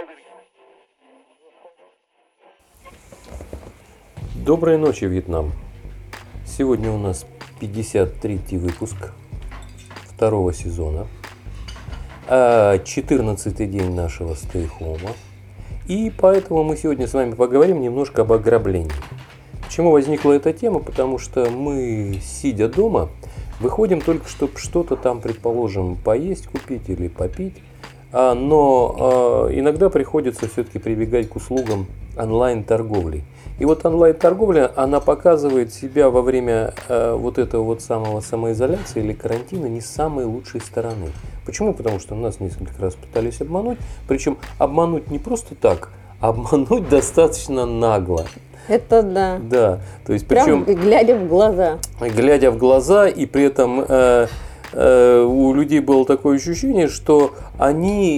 Доброй ночи, Вьетнам! Сегодня у нас 53-й выпуск второго сезона, 14-й день нашего стей-хома. И поэтому мы сегодня с вами поговорим немножко об ограблении. Почему возникла эта тема? Потому что мы, сидя дома, выходим только, чтобы что-то там, предположим, поесть, купить или попить. Но иногда приходится все-таки прибегать к услугам онлайн-торговли. И вот онлайн-торговля, она показывает себя во время вот этого вот самого самоизоляции или карантина не с самой лучшей стороны. Почему? Потому что нас несколько раз пытались обмануть. Причем обмануть не просто так, а обмануть достаточно нагло. Это да. Да. То есть, причем глядя в глаза. Глядя в глаза, и при этом у людей было такое ощущение, что они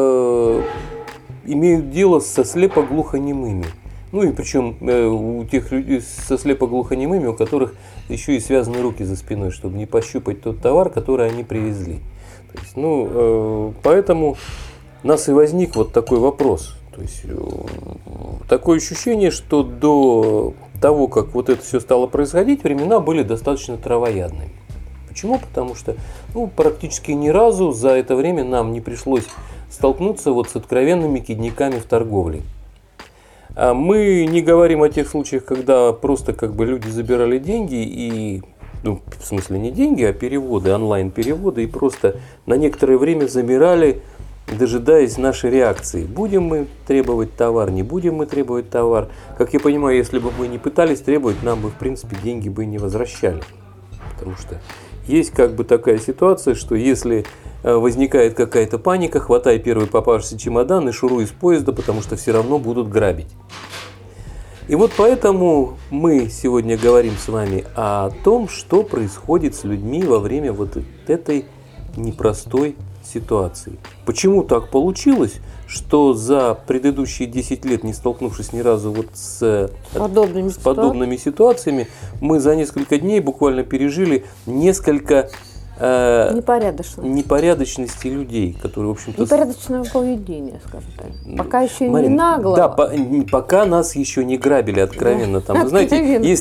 имеют дело со слепо-глухонемыми. Ну и причем у тех людей со слепо-глухонемыми, у которых еще и связаны руки за спиной, чтобы не пощупать тот товар, который они привезли. То есть, поэтому у нас и возник вот такой вопрос. То есть такое ощущение, что до того, как вот это все стало происходить, времена были достаточно травоядными. Почему? Потому что практически ни разу за это время нам не пришлось столкнуться вот с откровенными кидниками в торговле. Мы не говорим о тех случаях, когда просто люди забирали деньги и, в смысле не деньги, а переводы, онлайн-переводы, и просто на некоторое время замирали, дожидаясь нашей реакции. Будем мы требовать товар, не будем мы требовать товар. Как я понимаю, если бы мы не пытались требовать, нам бы, в принципе, деньги бы не возвращали. Потому что есть такая ситуация, что если возникает какая-то паника, хватай первый попавшийся чемодан и шуруй из поезда, потому что все равно будут грабить. И вот поэтому мы сегодня говорим с вами о том, что происходит с людьми во время вот этой непростой ситуации. Почему так получилось, что за предыдущие 10 лет, не столкнувшись ни разу с подобными ситуациями, мы за несколько дней буквально пережили несколько непорядочности людей, которые, в общем-то... Непорядочного поведения, скажем так. Пока еще не нагло. Да, пока нас еще не грабили откровенно. Там, вы знаете, есть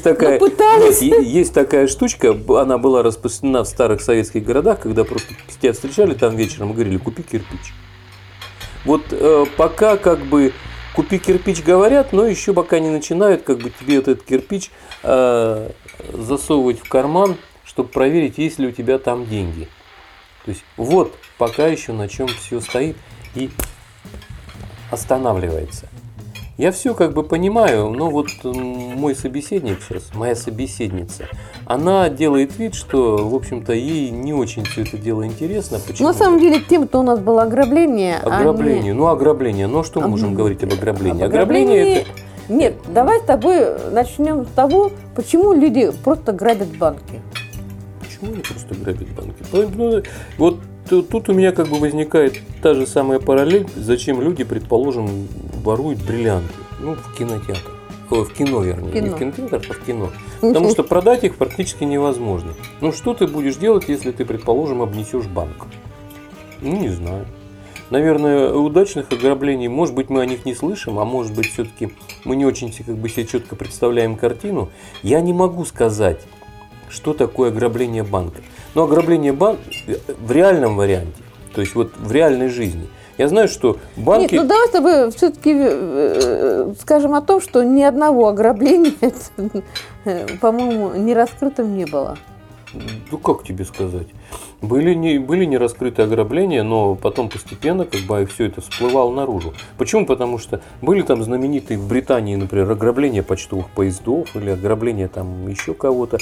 такая штучка, она была распространена в старых советских городах, когда просто тебя встречали там вечером и говорили: купи кирпич. Вот пока купи кирпич говорят, но еще пока не начинают тебе этот кирпич засовывать в карман, чтобы проверить, есть ли у тебя там деньги. То есть вот пока еще на чем все стоит и останавливается. Я все понимаю, но вот мой собеседник сейчас, моя собеседница, она делает вид, что, в общем-то, ей не очень все это дело интересно. Почему? На самом деле, тем-то у нас было ограбление. Ограбление. Ограбление. Ну, что мы можем говорить об ограблении? Ограбление это... Нет, давай с тобой начнем с того, почему люди просто грабят банки. Почему они просто грабят банки? Вот тут у меня возникает та же самая параллель, зачем люди, предположим, воруют бриллианты. В кинотеатрах. В кино, вернее. Не в кинотеатрах, а в кино. Потому что продать их практически невозможно. Что ты будешь делать, если ты, предположим, обнесешь банк? Не знаю. Наверное, удачных ограблений, может быть, мы о них не слышим, а может быть, все-таки мы не очень себе четко представляем картину. Я не могу сказать, что такое ограбление банка. Но ограбление банка в реальном варианте, то есть вот в реальной жизни. Я знаю, что банки... Нет, давай с тобой все-таки скажем о том, что ни одного ограбления, по-моему, не раскрытым не было. Как тебе сказать? Были не раскрытые ограбления, но потом постепенно все это всплывало наружу. Почему? Потому что были там знаменитые в Британии, например, ограбления почтовых поездов или ограбления там еще кого-то.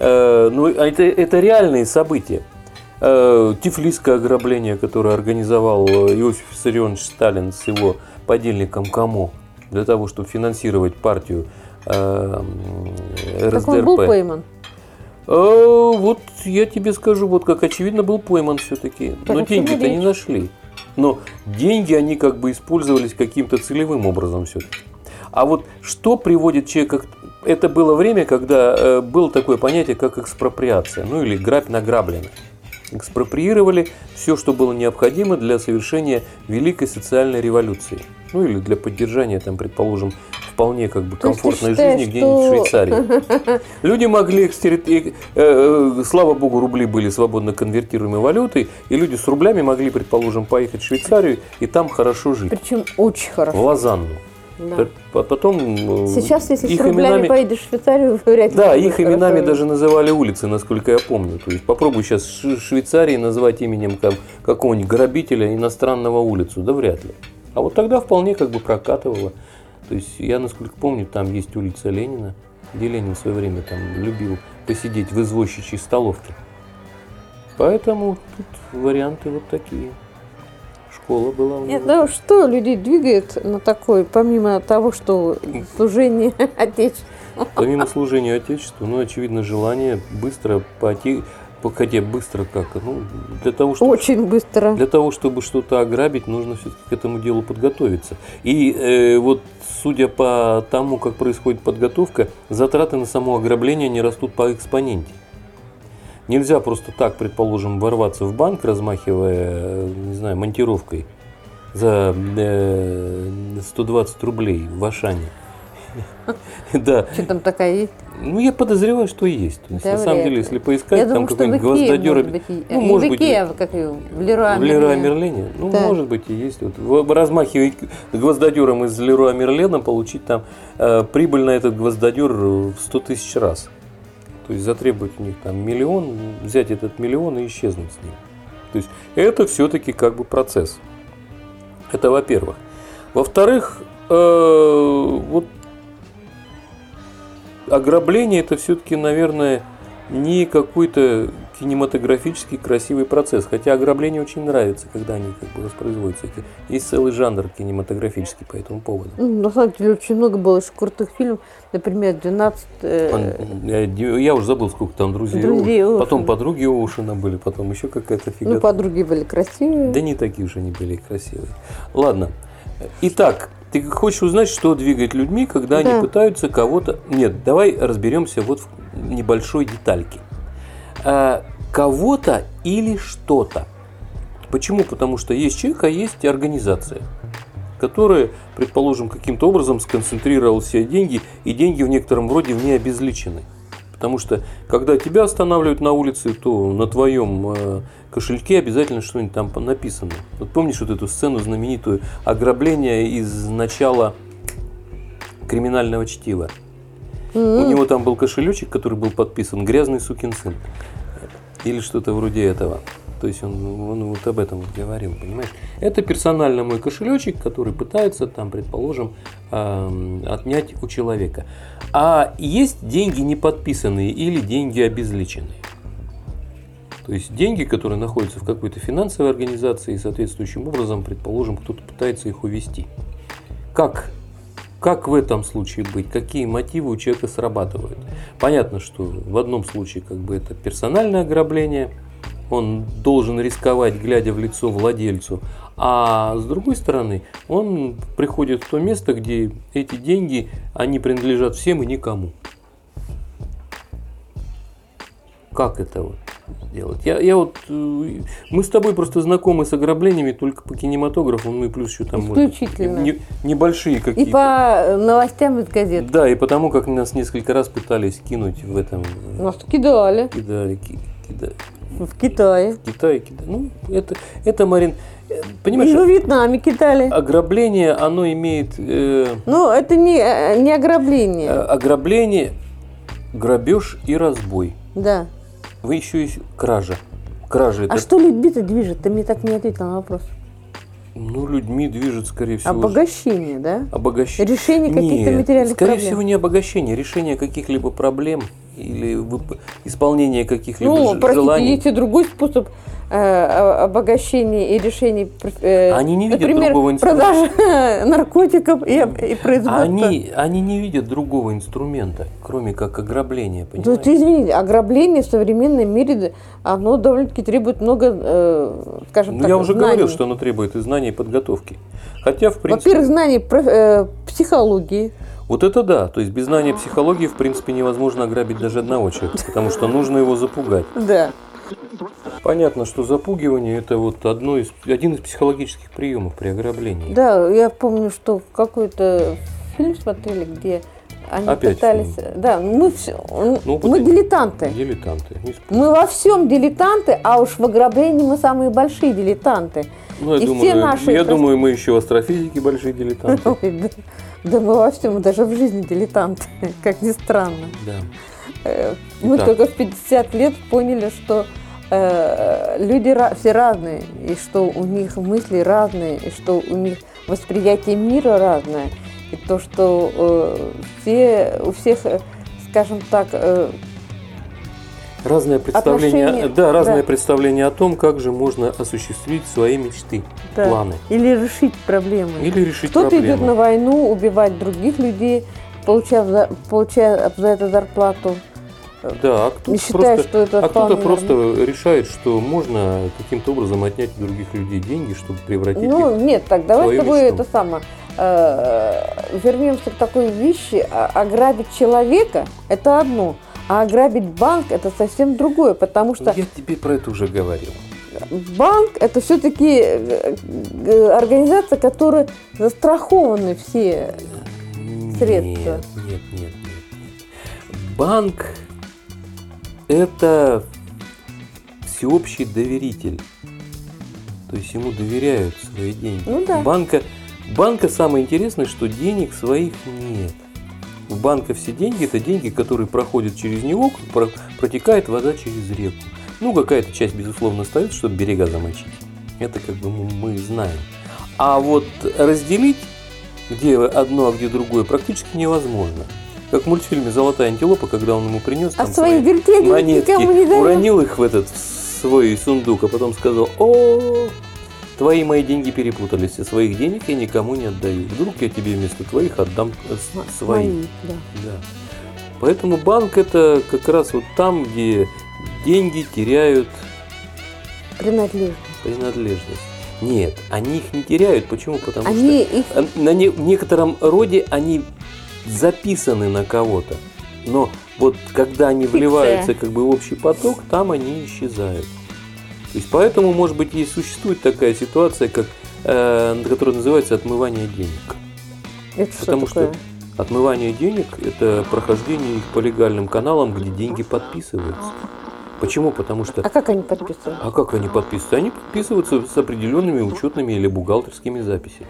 Это реальные события. Тифлисское ограбление, которое организовал Иосиф Виссарионович Сталин с его подельником Камо для того, чтобы финансировать партию РСДРП. Так он был пойман? Вот я тебе скажу, как очевидно был пойман все-таки. Но деньги-то не нашли. Но деньги, они использовались каким-то целевым образом все-таки. А вот что приводит человека... Это было время, когда было такое понятие, как экспроприация, или грабь награбленное. экспроприировали все, что было необходимо для совершения великой социальной революции. Ну или для поддержания, там, предположим, вполне как бы комфортной жизни где-нибудь в Швейцарии. Люди могли, слава богу, рубли были свободно конвертируемой валютой, и люди с рублями могли, предположим, поехать в Швейцарию и там хорошо жить. Причем очень хорошо. В Лозанну. Да. Потом сейчас, если с рублями поедешь в Швейцарию, вряд ли. Да, их именами даже называли улицы, насколько я помню. То есть попробуй сейчас в Швейцарии назвать именем какого-нибудь грабителя иностранного улицу, да вряд ли. А вот тогда вполне как бы прокатывало. То есть я, насколько помню, там есть улица Ленина, где Ленин в свое время там любил посидеть в извозчичьей столовке. Поэтому тут варианты вот такие. Школа была у него. Да, что людей двигает на такой, помимо того, что служение Отечеству? Помимо служения Отечеству, ну, очевидно, желание быстро пойти, хотя быстро как, ну, для того, чтобы... Очень быстро. Для того, чтобы что-то ограбить, нужно все-таки к этому делу подготовиться. И вот, судя по тому, как происходит подготовка, затраты на само ограбление не растут по экспоненте. Нельзя просто так, предположим, ворваться в банк, размахивая, не знаю, монтировкой за 120 рублей в Ашане. Да. Что там такая есть? Ну, я подозреваю, что есть. То есть, на самом деле, если поискать, там какой-нибудь гвоздодер... Ну, может быть, как в Леруа Мерлене. Ну, да. Может быть, и есть. Вот, размахивая гвоздодером из Леруа Мерлена, получить там прибыль на этот гвоздодер в 100 тысяч раз. То есть затребовать у них там миллион, взять этот миллион и исчезнуть с ним. То есть это все-таки как бы процесс. Это во-первых. Во-вторых, вот ограбление это все-таки, наверное, не какой-то кинематографический красивый процесс. Хотя ограбление очень нравится, когда они как бы воспроизводятся. Есть целый жанр кинематографический по этому поводу. На самом деле очень много было еще крутых фильмов. Например, 12... Я уже забыл, сколько там друзей потом подруги Оушена были, потом еще какая-то фигня. Ну, подруги были красивые. Да не такие уж они были красивые. Ладно. Итак, ты хочешь узнать, что двигает людьми, когда они пытаются кого-то... Нет, давай разберемся вот в небольшой детальке. Кого-то или что-то. Почему? Потому что есть человек, а есть организация, которая, предположим, каким-то образом сконцентрировала все деньги, и деньги в некотором роде в ней обезличены. Потому что, когда тебя останавливают на улице, то на твоем кошельке обязательно что-нибудь там написано. Вот помнишь вот эту сцену знаменитую ограбления из начала «Криминального чтива»? У него там был кошелечек, который был подписан «Грязный сукин сын». Или что-то вроде этого. То есть он вот об этом вот говорил, понимаешь? Это персонально мой кошелечек, который пытается там, предположим, отнять у человека. А есть деньги не подписанные или деньги обезличенные. То есть деньги, которые находятся в какой-то финансовой организации и соответствующим образом, предположим, кто-то пытается их увести. Как в этом случае быть? Какие мотивы у человека срабатывают? Понятно, что в одном случае как бы это персональное ограбление, он должен рисковать, глядя в лицо владельцу, а с другой стороны, он приходит в то место, где эти деньги, они принадлежат всем и никому. Как это вот сделать? Мы с тобой просто знакомы с ограблениями только по кинематографу, ну и плюс еще там небольшие какие-то. И по новостям из газет. Да, и потому как нас несколько раз пытались кинуть в этом. Нас кидали. Кидали. В Китае. В Китае кидали. Ну, это Марин, понимаешь? И во Вьетнаме кидали. Ограбление, оно имеет... Ну, это не ограбление. Ограбление, грабеж и разбой. Да. Вы еще есть кража. Кража А что людьми-то движет? Ты мне так не ответил на вопрос. Ну, людьми движет, скорее всего... Обогащение, да? Обогащение. Решение каких-то материальных скорее проблем. всего, не обогащение. Решение каких-либо проблем или исполнение каких-либо желаний. Есть и другой способ обогащения и решений. Они не видят например, другого инструмента. Продажа наркотиков и производства. Они не видят другого инструмента, кроме как ограбления, понимаете? Ну, извините, ограбление в современном мире, оно довольно-таки требует много, скажем так, я уже знаний. говорил, что оно требует и знаний, и подготовки. Хотя, в принципе... Во-первых, знаний психологии. Вот это да. То есть без знания психологии, в принципе, невозможно ограбить даже одного человека, потому что нужно его запугать. Да. Понятно, что запугивание – это вот один из психологических приемов при ограблении. Да, я помню, что какой-то фильм смотрели, где они Опять пытались... фильм. Да, мы дилетанты. Дилетанты. Мы во всем дилетанты, а уж в ограблении мы самые большие дилетанты. Ну, я И думаю, все наши думаю, мы еще в астрофизике большие дилетанты. Ой, да мы во всем, даже в жизни дилетанты, как ни странно. Да. Мы Итак. только в 50 лет поняли, что люди все разные, и что у них мысли разные, и что у них восприятие мира разное, и то, что у всех, скажем так, разное представление, отношения, разное да. представление о том, как же можно осуществить свои мечты, да, планы. или решить проблемы. Или решить Кто-то проблему. идет на войну убивать других людей, получая за это зарплату. Да, а кто-то Не считаю, просто, что это кто-то вполне просто нормально. решает, что можно каким-то образом отнять у других людей деньги, чтобы превратить их. Нет, так давай свою с тобой мечту. это самое. Вернемся к такой вещи. Ограбить человека – это одно, а ограбить банк – это совсем другое, потому что Я тебе про это уже говорил. банк – это все-таки организация, которая застрахованы все средства. Нет. Банк – это всеобщий доверитель. То есть ему доверяют свои деньги. Ну да. Банка самое интересное, что денег своих нет. У банка все деньги – это деньги, которые проходят через него, протекает вода через реку. Ну, какая-то часть, безусловно, остается, чтобы берега замочить. Это как бы мы знаем. А вот разделить, где одно, а где другое, практически невозможно. Как в мультфильме «Золотая антилопа», когда он ему принес А там свои вертепы монетки, никому не дает. уронил их в свой сундук, а потом сказал: «О, твои мои деньги перепутались, и своих денег я никому не отдаю. Вдруг я тебе вместо твоих отдам свои». Мои, да. Да. Поэтому банк – это как раз вот там, где деньги теряют Принадлежность. принадлежность. Нет, они их не теряют. Почему? Потому Они что их в некотором роде они записаны на кого-то. Но вот когда они вливаются как бы в общий поток, там они исчезают. То есть поэтому, может быть, и существует такая ситуация, которая называется отмывание денег. это что Потому такое? что отмывание денег – это прохождение их по легальным каналам, где деньги подписываются. Почему? Потому что… А как они подписывают? А как они подписываются? Они подписываются с определенными учетными или бухгалтерскими записями.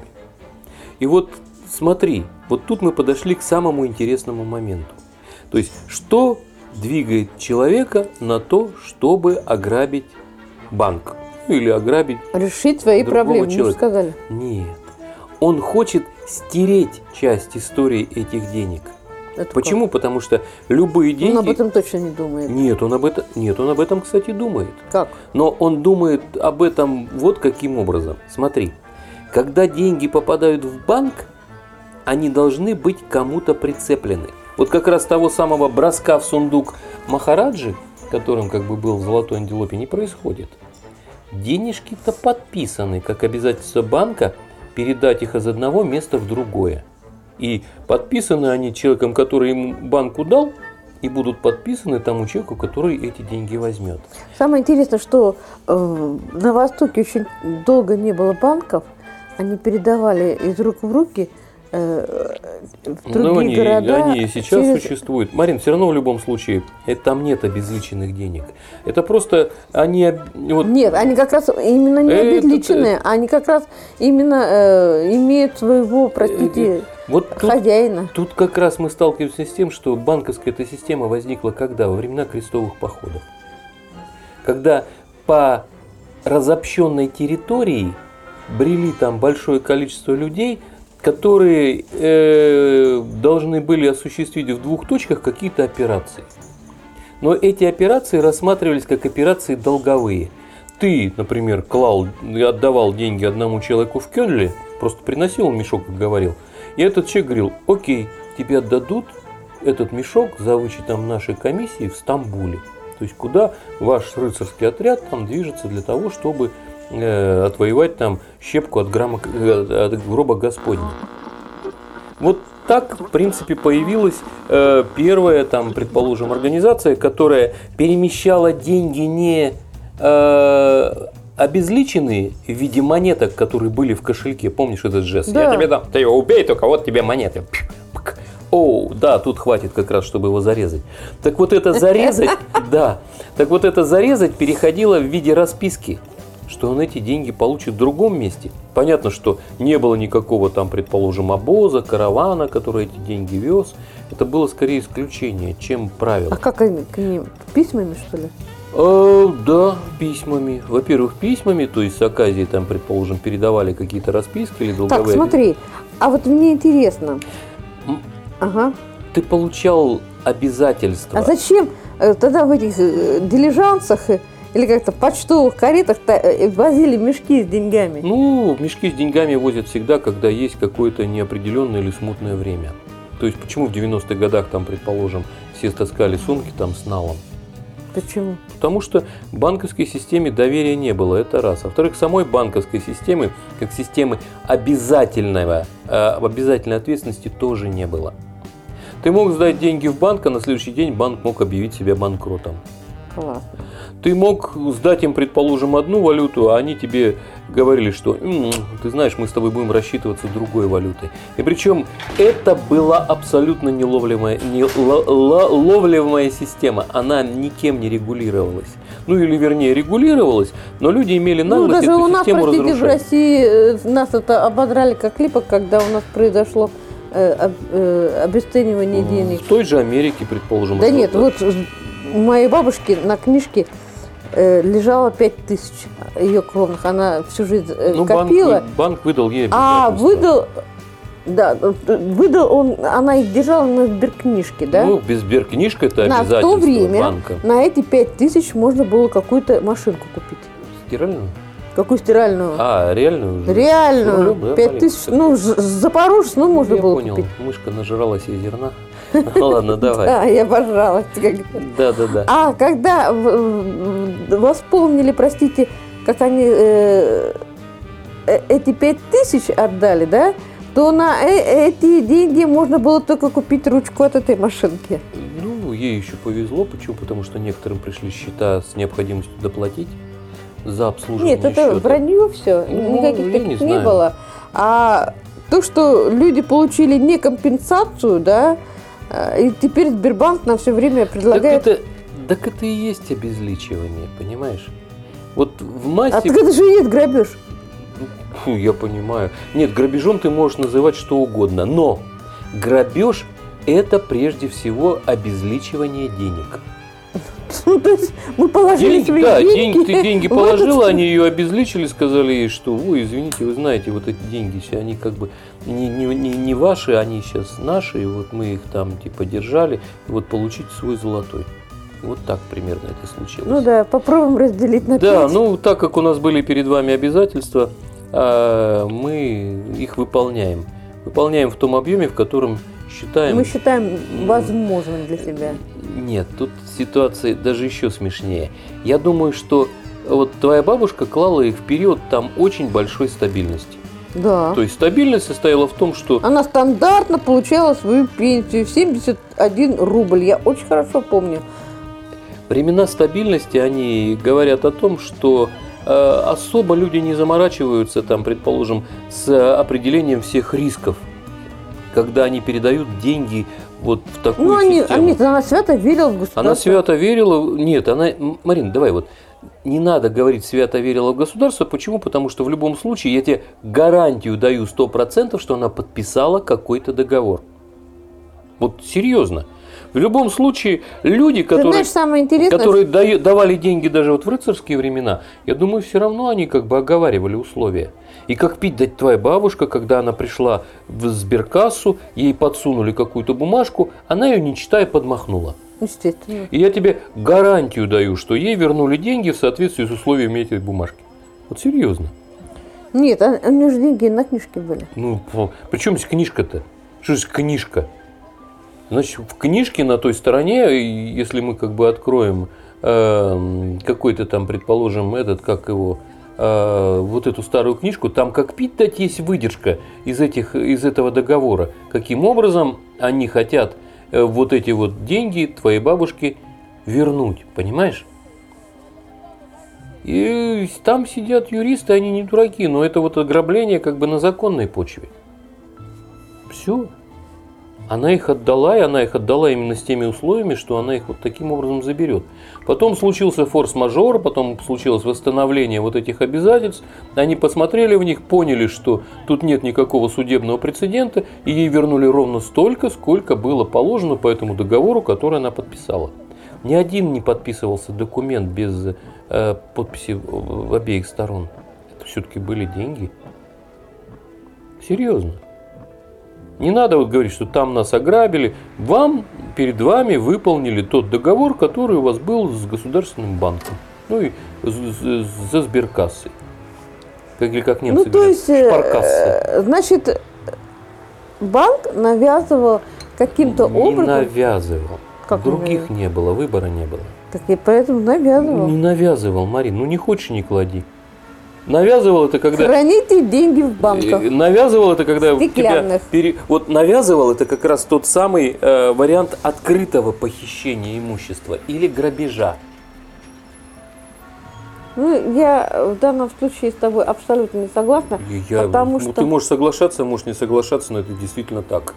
И вот смотри, вот тут мы подошли к самому интересному моменту. То есть, что двигает человека на то, чтобы ограбить банк? Или ограбить… Решить свои другого проблемы, мы же человека. сказали. Нет. Он хочет стереть часть истории этих денег. Это Почему? Потому что любые как? деньги… Он об этом точно не думает. Нет, он об этом, кстати, думает. Как? Но он думает об этом вот каким образом. Смотри, когда деньги попадают в банк, они должны быть кому-то прицеплены. Вот как раз того самого броска в сундук Махараджи, которым как бы был в «Золотой антилопе», не происходит. Денежки-то подписаны, как обязательство банка передать их из одного места в другое. И подписаны они человеком, который ему банку дал, и будут подписаны тому человеку, который эти деньги возьмет. Самое интересное, что на Востоке очень долго не было банков, они передавали из рук в руки в другие города. Они и сейчас существуют. Марин, все равно в любом случае, там нет обезличенных денег. Это просто они… Нет, они как раз именно не обезличенные, они как раз именно имеют своего, простите, хозяина. Тут как раз мы сталкиваемся с тем, что банковская эта система возникла когда? Во времена крестовых походов. Когда по разобщенной территории брели там большое количество людей, которые должны были осуществить в двух точках какие-то операции. Но эти операции рассматривались как операции долговые. Ты, например, отдавал деньги одному человеку в Кёльне, просто приносил мешок, как говорил, и этот человек говорил: окей, тебе отдадут этот мешок за вычетом нашей комиссии в Стамбуле. То есть куда ваш рыцарский отряд там движется для того, чтобы отвоевать там щепку от гроба Господня. Вот так, в принципе, появилась первая, там, предположим, организация, которая перемещала деньги не обезличенные в виде монеток, которые были в кошельке. Помнишь этот жест? Да. Я тебе дам, ты его убей, только вот тебе монеты. О, да, тут хватит как раз, чтобы его зарезать. Так вот это зарезать, да, так вот это зарезать переходило в виде расписки, что он эти деньги получит в другом месте. Понятно, что не было никакого там, предположим, обоза, каравана, который эти деньги вез. Это было скорее исключение, чем правило. А как они к ним? Письмами, что ли? Да, письмами. Во-первых, письмами, то есть с Аказии там, предположим, передавали какие-то расписки или долговые. Так, смотри, а вот мне интересно. Ага. Ты получал обязательства. А зачем тогда в этих дилижансах или как-то в почтовых каретах возили мешки с деньгами? Ну, мешки с деньгами возят всегда, когда есть какое-то неопределенное или смутное время. То есть почему в 90-х годах там, предположим, все таскали сумки там с налом? Почему? Потому что в банковской системе доверия не было, это раз. А во-вторых, самой банковской системы, как системы обязательной ответственности, тоже не было. Ты мог сдать деньги в банк, а на следующий день банк мог объявить себя банкротом. Классно. Ты мог сдать им, предположим, одну валюту, а они тебе говорили, что ты знаешь, мы с тобой будем рассчитываться другой валютой. И причем это была абсолютно ловливая система. Она никем не регулировалась. Ну или вернее регулировалась, но люди имели наглость даже эту у нас, систему простите, разрушать. в России нас это ободрали как липок, когда у нас произошло обесценивание денег. В той же Америке, предположим. Да нет, вот у моей бабушки на книжке лежало 5000 ее кровных. Она всю жизнь копила. Банк выдал ей обязательства. Выдал он, она их держала на сберкнижке, да? Ну, без сберкнижка это обязательство в то время банка. на эти 5000 можно было какую-то машинку купить. Стиральную? Какую стиральную? А, реальную уже? Реальную. Рублем, да, 5000, Запорожец, можно я было понял. купить. Мышка нажралась из зерна. Ладно, давай. Да, я обожала. Да. А когда восполнили, простите, как они эти 5000 отдали, да, то на эти деньги можно было только купить ручку от этой машинки. Ну, ей еще повезло. Почему? Потому что некоторым пришли счета с необходимостью доплатить за обслуживание Нет, это счета. вранье все. Ну, Никаких я таких не не знаю. было. А то, что люди получили не компенсацию, да, и теперь Сбербанк нам все время предлагает... Так это и есть обезличивание, понимаешь? Вот в массе... А так это же и есть грабеж. Фу, я понимаю. Нет, грабежом ты можешь называть что угодно, но грабеж – это прежде всего обезличивание денег. Ну, то есть мы положили свои деньги. Ты деньги положила, они ее обезличили, сказали ей, что, ой, извините, вы знаете, вот эти деньги, они как бы не ваши, они сейчас наши, и вот мы их там типа держали, и вот получите свой золотой. Вот так примерно это случилось. Ну да, попробуем разделить на 5. Да, ну так как у нас были перед вами обязательства, мы их выполняем. Выполняем в том объеме, в котором считаем... Мы считаем возможным для себя. Нет, тут ситуация даже еще смешнее. Я думаю, что вот твоя бабушка клала их в период там очень большой стабильности. Да. То есть стабильность состояла в том, что... Она стандартно получала свою пенсию 71 рубль. Я очень хорошо помню. Времена стабильности, они говорят о том, что особо люди не заморачиваются, там, предположим, с определением всех рисков, когда они передают деньги вот в такую систему. Она свято верила в государство. Она свято верила... Нет, Марина, давай вот. Не надо говорить свято верила в государство. Почему? Потому что в любом случае я тебе гарантию даю 100%, что она подписала какой-то договор. Вот серьезно. В любом случае, люди, которые давали деньги даже вот в рыцарские времена, я думаю, все равно они как бы оговаривали условия. И как пить дать твоя бабушка, когда она пришла в сберкассу, ей подсунули какую-то бумажку, она ее, не читая, подмахнула. Естественно. И я тебе гарантию даю, что ей вернули деньги в соответствии с условиями этой бумажки. Вот серьезно. Нет, у нее же деньги на книжке были. Ну, при чем здесь книжка-то? Что же книжка? Значит, в книжке на той стороне, если мы как бы откроем какой-то там, предположим, вот эту старую книжку, там как пить дать есть выдержка из этого договора. Каким образом они хотят вот эти вот деньги твоей бабушки вернуть, понимаешь? И там сидят юристы, они не дураки, но это вот ограбление как бы на законной почве. Все. Она их отдала, и она их отдала именно с теми условиями, что она их вот таким образом заберет. Потом случился форс-мажор, потом случилось восстановление вот этих обязательств. Они посмотрели в них, поняли, что тут нет никакого судебного прецедента, и ей вернули ровно столько, сколько было положено по этому договору, который она подписала. Ни один не подписывался документ без подписи обеих сторон. Это все-таки были деньги. Серьезно. Не надо вот говорить, что там нас ограбили. Перед вами выполнили тот договор, который у вас был с государственным банком. Ну и за сберкассой. Или как немцы говорят, шпаркасса. Значит, банк навязывал каким-то образом... Не навязывал. Как других не было, выбора не было. Так и поэтому навязывал. Не навязывал, Марин. Ну не хочешь, не клади. Навязывал это когда... Храните деньги в банках. Навязывал это когда... Стеклянных. Вот навязывал это как раз тот самый вариант открытого похищения имущества или грабежа. Ну, я в данном случае с тобой абсолютно не согласна. Потому что... Ты можешь соглашаться, можешь не соглашаться, но это действительно так.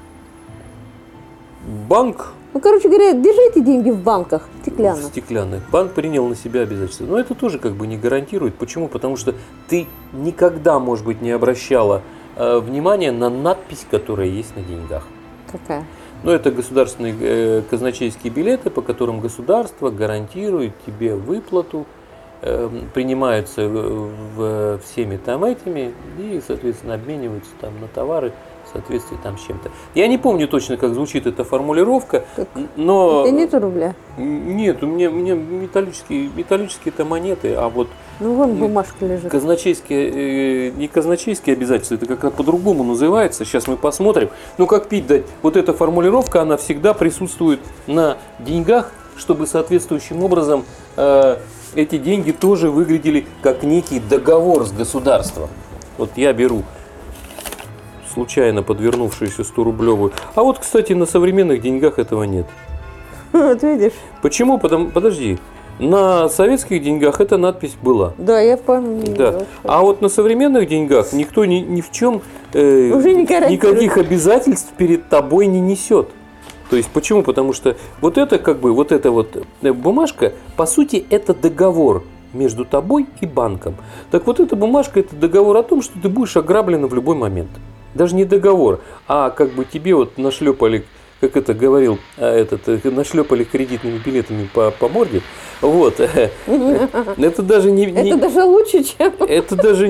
Банк... Ну, короче говоря, держите деньги в банках стеклянных. Стеклянных. Банк принял на себя обязательства. Но это тоже как бы не гарантирует. Почему? Потому что ты никогда, может быть, не обращала внимания на надпись, которая есть на деньгах. Какая? Ну, это государственные казначейские билеты, по которым государство гарантирует тебе выплату, принимаются всеми там этими и, соответственно, обмениваются там на товары в соответствии там с чем-то. Я не помню точно, как звучит эта формулировка, но... Это нету рубля? Нет, у меня металлические-то монеты, а вот... Ну, вон бумажка лежит. Казначейские, не казначейские обязательства, это как-то по-другому называется, сейчас мы посмотрим. Ну, как пить дать, вот эта формулировка, она всегда присутствует на деньгах, чтобы соответствующим образом эти деньги тоже выглядели как некий договор с государством. Вот я беру случайно подвернувшуюся 100-рублевую. А вот, кстати, на современных деньгах этого нет. Вот видишь. Почему? Подожди. На советских деньгах эта надпись была. Да, я помню. Да. А вот на современных деньгах никто ни в чем уже никаких обязательств перед тобой не несет. То есть почему? Потому что вот это как бы вот эта вот бумажка, по сути, это договор между тобой и банком. Так вот эта бумажка, это договор о том, что ты будешь ограблен в любой момент. Даже не договор, а как бы тебе вот нашлепали, как это говорил, нашлепали кредитными билетами по морде. Вот. Это даже не... Это даже лучше, чем... Это даже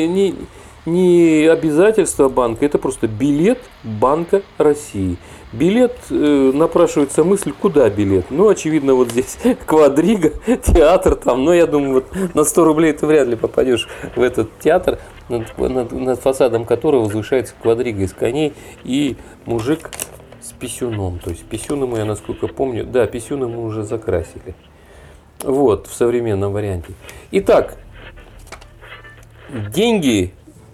не обязательство банка, это просто билет Банка России. Билет, напрашивается мысль, куда билет? Ну, очевидно, вот здесь квадрига, театр там, но я думаю, вот на 100 рублей ты вряд ли попадешь в этот театр, над фасадом которого возвышается квадрига из коней и мужик с писюном. То есть писюн ему, я насколько помню, да, писюн ему уже закрасили. Вот, в современном варианте. Итак, деньги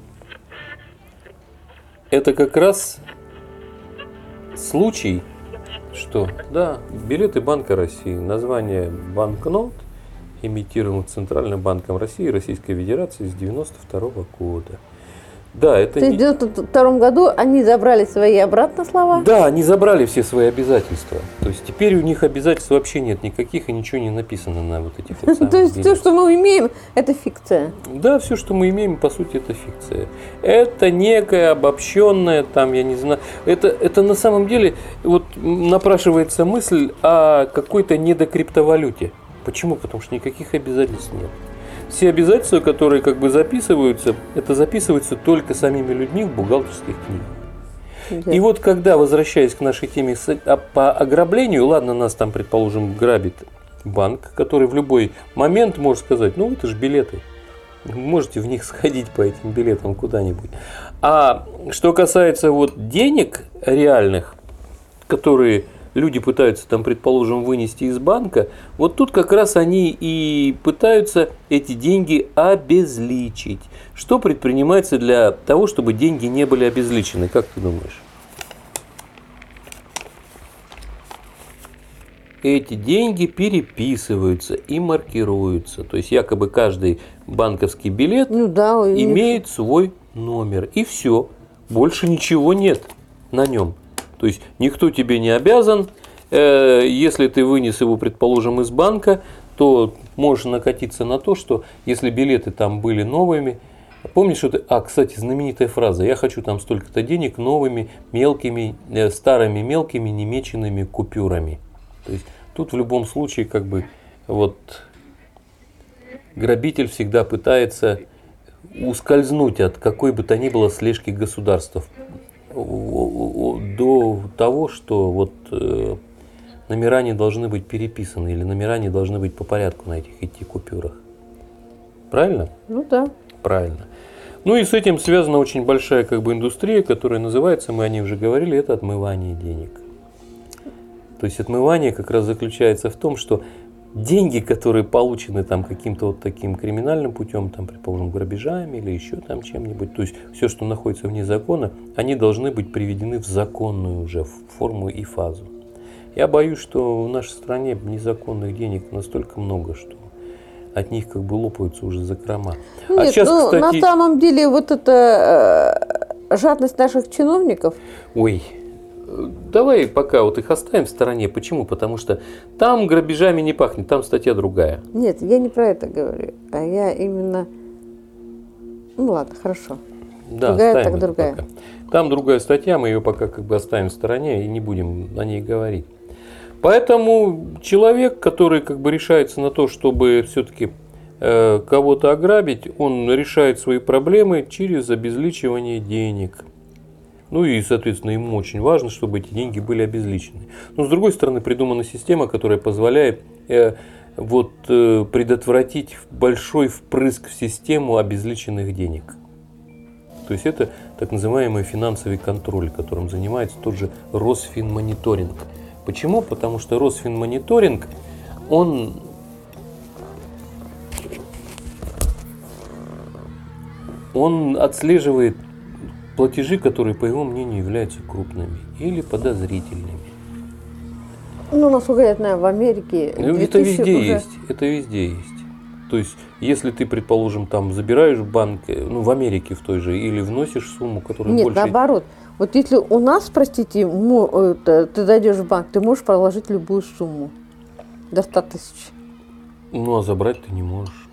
– это как раз случай, что, да, билеты Банка России, название банкнот, имитируемых Центральным банком России и Российской Федерации с 1992 года. Да, это То есть в 1992 году они забрали свои обратно слова? Да, они забрали все свои обязательства. То есть теперь у них обязательств вообще нет никаких и ничего не написано на вот этих вот самых То есть билетах. все, что мы имеем, это фикция? Да, все, что мы имеем, по сути, это фикция. Это некая обобщенная, там, я не знаю, это на самом деле вот напрашивается мысль о какой-то недокриптовалюте. Почему? Потому что никаких обязательств нет. Все обязательства, которые как бы записываются, это записывается только самими людьми в бухгалтерских книгах. Да. И вот когда, возвращаясь к нашей теме по ограблению, ладно, нас там, предположим, грабит банк, который в любой момент может сказать, ну это же билеты, вы можете в них сходить по этим билетам куда-нибудь. А что касается вот денег реальных, которые люди пытаются там, предположим, вынести из банка, вот тут как раз они и пытаются эти деньги обезличить. Что предпринимается для того, чтобы деньги не были обезличены? Как ты думаешь? эти деньги переписываются и маркируются. То есть якобы каждый банковский билет имеет свой номер. И все. Больше ничего нет на нем. То есть никто тебе не обязан. Если ты вынес его, предположим, из банка, то можешь накатиться на то, что если билеты там были новыми, помнишь, что ты... кстати, знаменитая фраза: я хочу там столько-то денег новыми, мелкими, старыми мелкими немеченными купюрами. То есть тут в любом случае как бы вот грабитель всегда пытается ускользнуть от какой бы то ни было слежки государства до того, что вот номера не должны быть переписаны или номера не должны быть по порядку на этих идти купюрах. Правильно? Ну да. Правильно. Ну и с этим связана очень большая как бы индустрия, которая называется, мы о ней уже говорили, это отмывание денег. То есть отмывание как раз заключается в том, что деньги, которые получены там каким-то вот таким криминальным путем, там, предположим, грабежами или еще там чем-нибудь, то есть все, что находится вне закона, они должны быть приведены в законную уже форму и фазу. Я боюсь, что в нашей стране незаконных денег настолько много, что от них как бы лопаются уже закрома. Нет, сейчас, кстати... на самом деле вот эта жадность наших чиновников. Ой, давай пока вот их оставим в стороне. Почему? Потому что там грабежами не пахнет, там статья другая. Нет, я не про это говорю, а я именно... Ну ладно, хорошо. Да, другая, так другая. Пока. Там другая статья, мы ее пока как бы оставим в стороне и не будем о ней говорить. Поэтому человек, который как бы решается на то, чтобы все-таки кого-то ограбить, он решает свои проблемы через обезличивание денег. Ну и, соответственно, ему очень важно, чтобы эти деньги были обезличены. Но с другой стороны, придумана система, которая позволяет предотвратить большой впрыск в систему обезличенных денег. То есть это так называемый финансовый контроль, которым занимается тот же Росфинмониторинг. Почему? Потому что Росфинмониторинг, он отслеживает платежи, которые, по его мнению, являются крупными или подозрительными. Ну, насколько я знаю, в Америке... Это везде уже... есть. Это везде есть. То есть, если ты, предположим, там забираешь в банк, ну, в Америке в той же, или вносишь сумму, которая Нет, больше... Нет, наоборот. Вот если у нас, простите, ты зайдешь в банк, ты можешь проложить любую сумму до 100 тысяч. Ну, а забрать ты не можешь.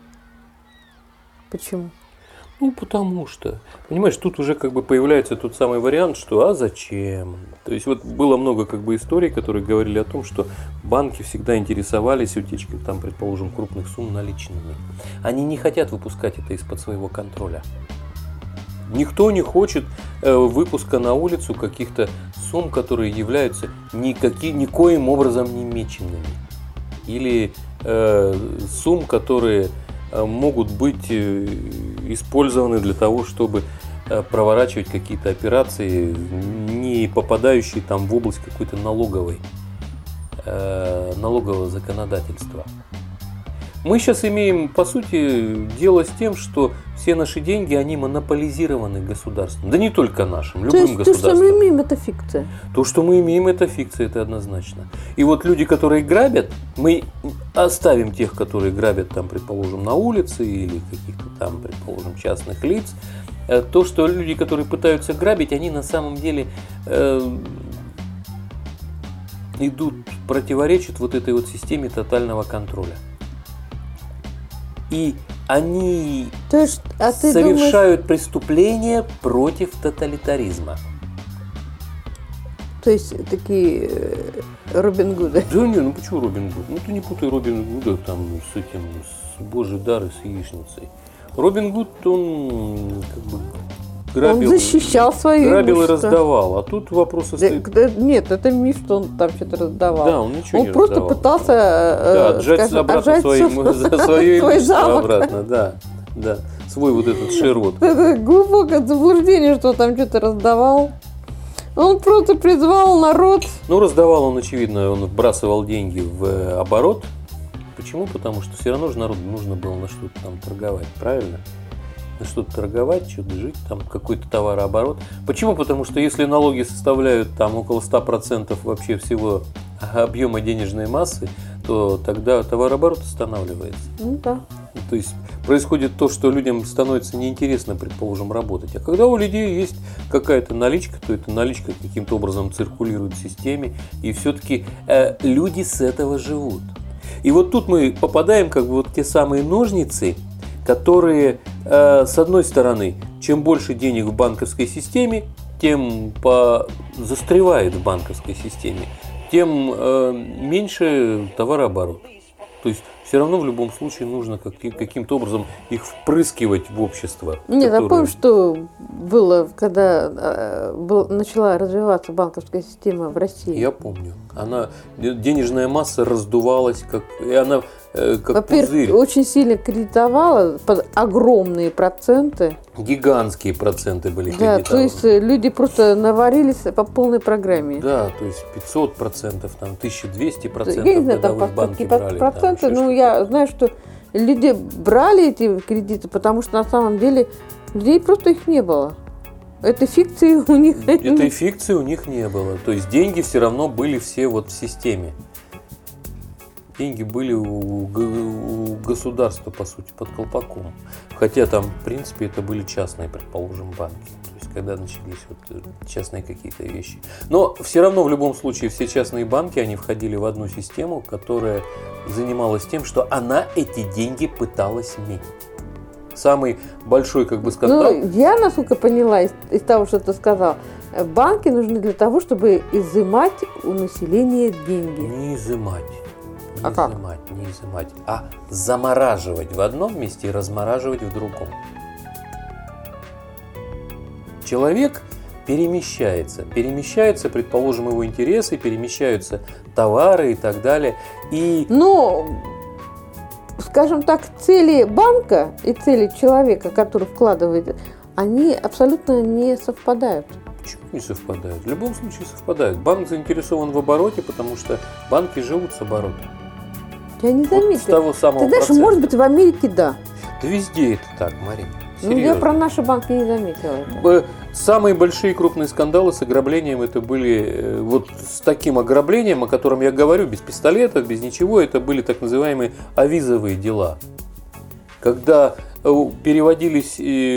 Почему? Ну, потому что, понимаешь, тут уже как бы появляется тот самый вариант, что а зачем? То есть вот было много как бы историй, которые говорили о том, что банки всегда интересовались утечкой, там, предположим, крупных сумм наличными. Они не хотят выпускать это из-под своего контроля. Никто не хочет выпуска на улицу каких-то сумм, которые являются никоим образом не меченными. Или сумм, которые могут быть использованы для того, чтобы проворачивать какие-то операции, не попадающие там в область какой-то налогового законодательства. Мы сейчас имеем, по сути, дело с тем, что все наши деньги, они монополизированы государством. Да не только нашим, любым государством. То, что мы имеем, это фикция. То, что мы имеем, это фикция, это однозначно. И вот люди, которые грабят, мы оставим тех, которые грабят, там, предположим, на улице или каких-то там, предположим, частных лиц. То, что люди, которые пытаются грабить, они на самом деле противоречат вот этой вот системе тотального контроля. И они совершают преступления против тоталитаризма. То есть такие Робин Гуды. Да не, ну почему Робин Гуд? Ну ты не путай Робин Гуда там с этим, с Божий дар и с яичницей. Робин Гуд, он как бы грабил, он защищал свою грабил и раздавал. А тут вопрос стоит. Нет, это миф, что он там что-то раздавал. Да, он ничего он не просто раздавал. Пытался отжать обратно свое имущество обратно, да. Свой вот этот широт. Это глубокое заблуждение, что там что-то раздавал. Он просто призвал народ. Ну, раздавал он, очевидно, он вбрасывал деньги в оборот. Почему? Потому что все равно же народу нужно было на что-то там торговать, правильно? На что-то торговать, что-то жить, там какой-то товарооборот. Почему? Потому что если налоги составляют там около 100% вообще всего объема денежной массы, то тогда товарооборот останавливается. Ну да. То есть происходит то, что людям становится неинтересно, предположим, работать. А когда у людей есть какая-то наличка, то эта наличка каким-то образом циркулирует в системе, и все-таки люди с этого живут. И вот тут мы попадаем как бы вот в те самые ножницы, которые, с одной стороны, чем больше денег в банковской системе, тем застревает в банковской системе, тем меньше товарооборот. То есть все равно в любом случае нужно каким-то образом их впрыскивать в общество. Нет, я помню, что было, когда начала развиваться банковская система в России. Я помню. Денежная масса раздувалась, и она как пузырь. Очень сильно кредитовала под огромные проценты. Гигантские проценты были Да, кредитованы. то есть люди просто наварились по полной программе. Да, то есть 500%, там 1200%, я не знаю, когда там вы в банке брали. проценты, но я знаю, что люди брали эти кредиты, потому что на самом деле людей просто их не было. Этой фикции у них Этой фикции у них не было. То есть деньги все равно были все вот в системе. Деньги были у государства, по сути, под колпаком. Хотя там, в принципе, это были частные, предположим, банки. То есть, когда начались вот частные какие-то вещи. Но все равно, в любом случае, все частные банки, они входили в одну систему, которая занималась тем, что она эти деньги пыталась метить. Самый большой, как бы, скандал. Ну, я, насколько поняла из того, что ты сказал, банки нужны для того, чтобы изымать у населения деньги. Не изымать. Не изымать, а замораживать в одном месте и размораживать в другом. Человек перемещается, предположим, его интересы, перемещаются товары и так далее. Но, скажем так, цели банка и цели человека, который вкладывает, они абсолютно не совпадают. Почему не совпадают? В любом случае совпадают. Банк заинтересован в обороте, потому что банки живут с оборота. Я не заметила. Вот с того самого Ты знаешь, процента. может быть, в Америке да. Да везде это так, Марина. Ну, я про наши банки не заметила. Самые большие крупные скандалы с ограблением это были вот с таким ограблением, о котором я говорю, без пистолетов, без ничего, это были так называемые авизовые дела. Когда переводились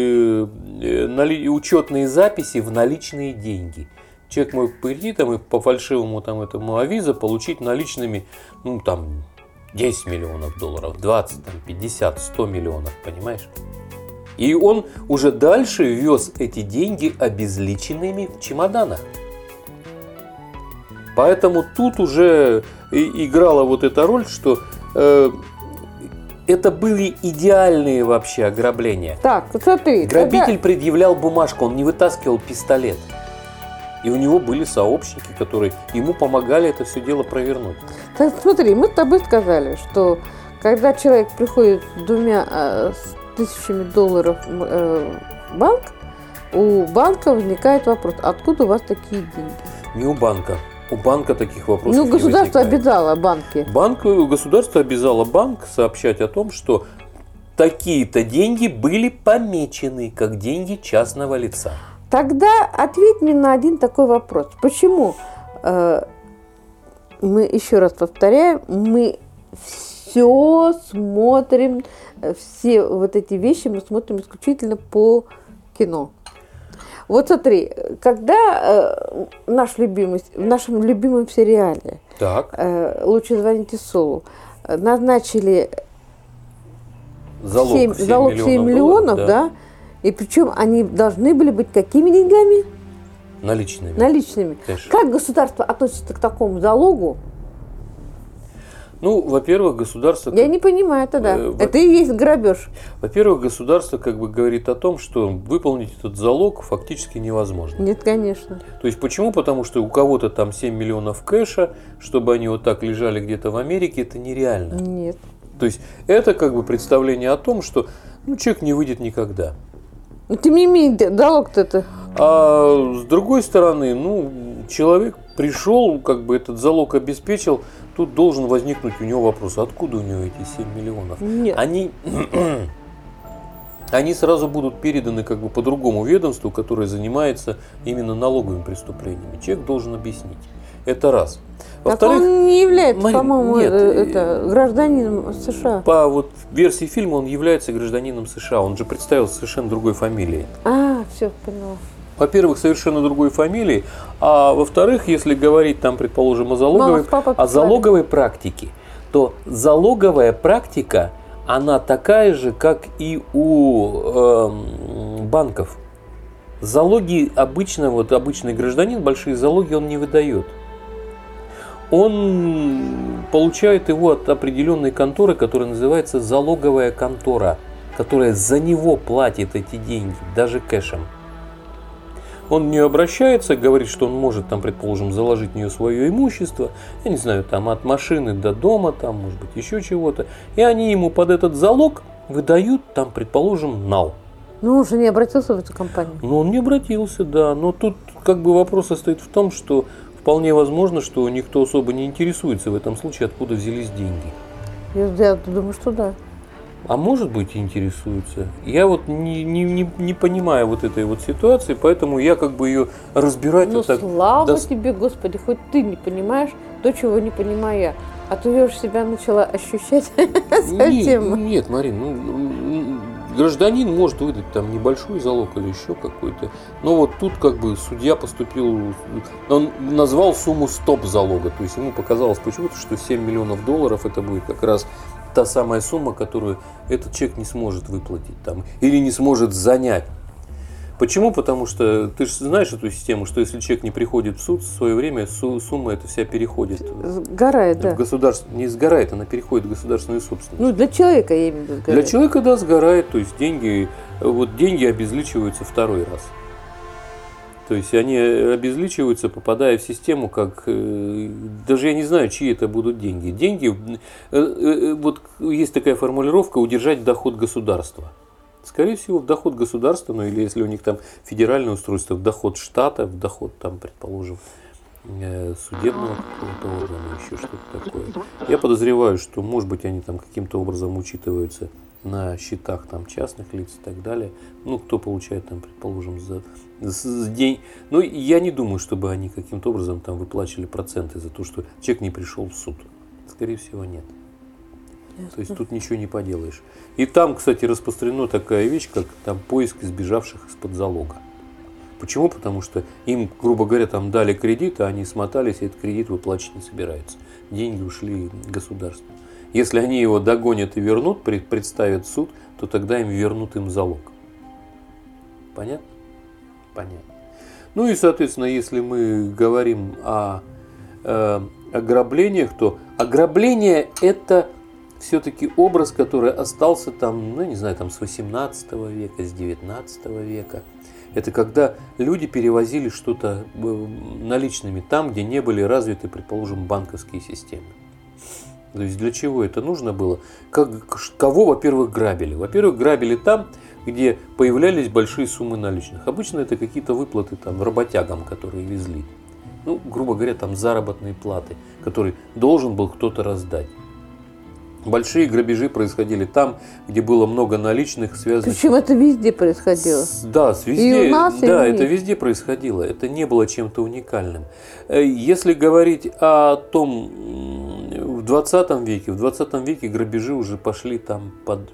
учетные записи в наличные деньги. Человек мог прийти там и по фальшивому этому авизо получить наличными, 10 миллионов долларов, 20, 50, 100 миллионов, понимаешь? И он уже дальше вез эти деньги обезличенными в чемоданах. Поэтому тут уже играла вот эта роль, что это были идеальные вообще ограбления. Так, смотри. Грабитель предъявлял бумажку, он не вытаскивал пистолет. И у него были сообщники, которые ему помогали это все дело провернуть. Так, смотри, мы с тобой сказали, что когда человек приходит с 2 тысячами долларов в банк, у банка возникает вопрос, откуда у вас такие деньги? Не у банка. У банка таких вопросов не государство возникает. обязало банки. Государство обязало банк сообщать о том, что такие-то деньги были помечены как деньги частного лица. Тогда ответь мне на один такой вопрос. Почему, мы еще раз повторяем, мы все смотрим, все вот эти вещи мы смотрим исключительно по кино. Вот смотри, когда в нашем любимом сериале «Лучше звоните Солу» назначили залог 7 миллионов, да? И причем они должны были быть какими деньгами? Наличными. Конечно. Как государство относится к такому залогу? Ну, во-первых, государство... Я не понимаю тогда. Это и есть грабеж. Во-первых, государство как бы говорит о том, что выполнить этот залог фактически невозможно. Нет, конечно. То есть почему? Потому что у кого-то там 7 миллионов кэша, чтобы они вот так лежали где-то в Америке, это нереально. Нет. То есть это как бы представление о том, что человек не выйдет никогда. Но тем не менее, залог-то это... А с другой стороны, человек пришел, как бы этот залог обеспечил, тут должен возникнуть у него вопрос, откуда у него эти 7 миллионов? Нет. Они... они сразу будут переданы как бы по другому ведомству, которое занимается именно налоговыми преступлениями. Человек должен объяснить. Это раз. Во-вторых, он не является, по-моему, гражданином США. По вот версии фильма он является гражданином США. Он же представился совершенно другой фамилией. Все, поняла. Во-первых, совершенно другой фамилией. А во-вторых, если говорить там, предположим, о залоговой практике, то залоговая практика, она такая же, как и у банков. Залоги обычно, вот обычный гражданин, большие залоги он не выдает. Он получает его от определенной конторы, которая называется залоговая контора, которая за него платит эти деньги, даже кэшем. Он в нее обращается, говорит, что он может, там, предположим, заложить в нее свое имущество, я не знаю, там, от машины до дома, там, может быть, еще чего-то. И они ему под этот залог выдают, там, предположим, нал. Ну, он же не обратился в эту компанию. Ну, он не обратился, да. Но тут как бы вопрос состоит в том, что вполне возможно, что никто особо не интересуется в этом случае, откуда взялись деньги. Я думаю, что да. А может быть, интересуются. Я вот не понимаю вот этой вот ситуации, поэтому я как бы ее разбирать вот так. Слава тебе, Господи, хоть ты не понимаешь то, чего не понимаю я. А то я уже себя начала ощущать совсем. Нет, Марин, гражданин может выдать там небольшой залог или еще какой-то. Но вот тут как бы судья поступил, он назвал сумму стоп-залога. То есть ему показалось почему-то, что 7 миллионов долларов это будет как раз та самая сумма, которую этот человек не сможет выплатить там, или не сможет занять. Почему? Потому что ты же знаешь эту систему, что если человек не приходит в суд в свое время, сумма эта вся переходит. Сгорает, да. В государство. Не сгорает, она переходит в государственную собственность. Ну, для человека, я имею в виду, сгорает. Для человека, да, сгорает. То есть деньги обезличиваются второй раз. То есть они обезличиваются, попадая в систему, как... Даже я не знаю, чьи это будут деньги. Деньги, вот есть такая формулировка, удержать доход государства. Скорее всего, в доход государства, ну или если у них там федеральное устройство, в доход штата, в доход там, предположим, судебного какого-то органа, еще что-то такое. Я подозреваю, что, может быть, они там каким-то образом учитываются на счетах там частных лиц и так далее. Ну, кто получает там, предположим, за день. Но я не думаю, чтобы они каким-то образом там выплачивали проценты за то, что человек не пришел в суд. Скорее всего, нет. То есть тут ничего не поделаешь. И там, кстати, распространена такая вещь, как там поиск избежавших из-под залога. Почему? Потому что им, грубо говоря, там дали кредит, а они смотались, и этот кредит выплачивать не собираются. Деньги ушли государству. Если они его догонят и вернут, представят в суд, то тогда им вернут им залог. Понятно? Понятно. Ну и, соответственно, если мы говорим о ограблениях, то ограбление – это все-таки образ, который остался там, ну не знаю, там с 18 века, с 19 века. Это когда люди перевозили что-то наличными там, где не были развиты, предположим, банковские системы. То есть для чего это нужно было? Кого, во-первых, грабили? Во-первых, грабили там, где появлялись большие суммы наличных. Обычно это какие-то выплаты там работягам, которые везли. Ну, грубо говоря, там заработные платы, которые должен был кто-то раздать. Большие грабежи происходили там, где было много наличных, связанных... Причем это везде происходило. Да, везде, и у нас, да, и у это них. Везде происходило. Это не было чем-то уникальным. Если говорить о том, в 20 веке грабежи уже пошли там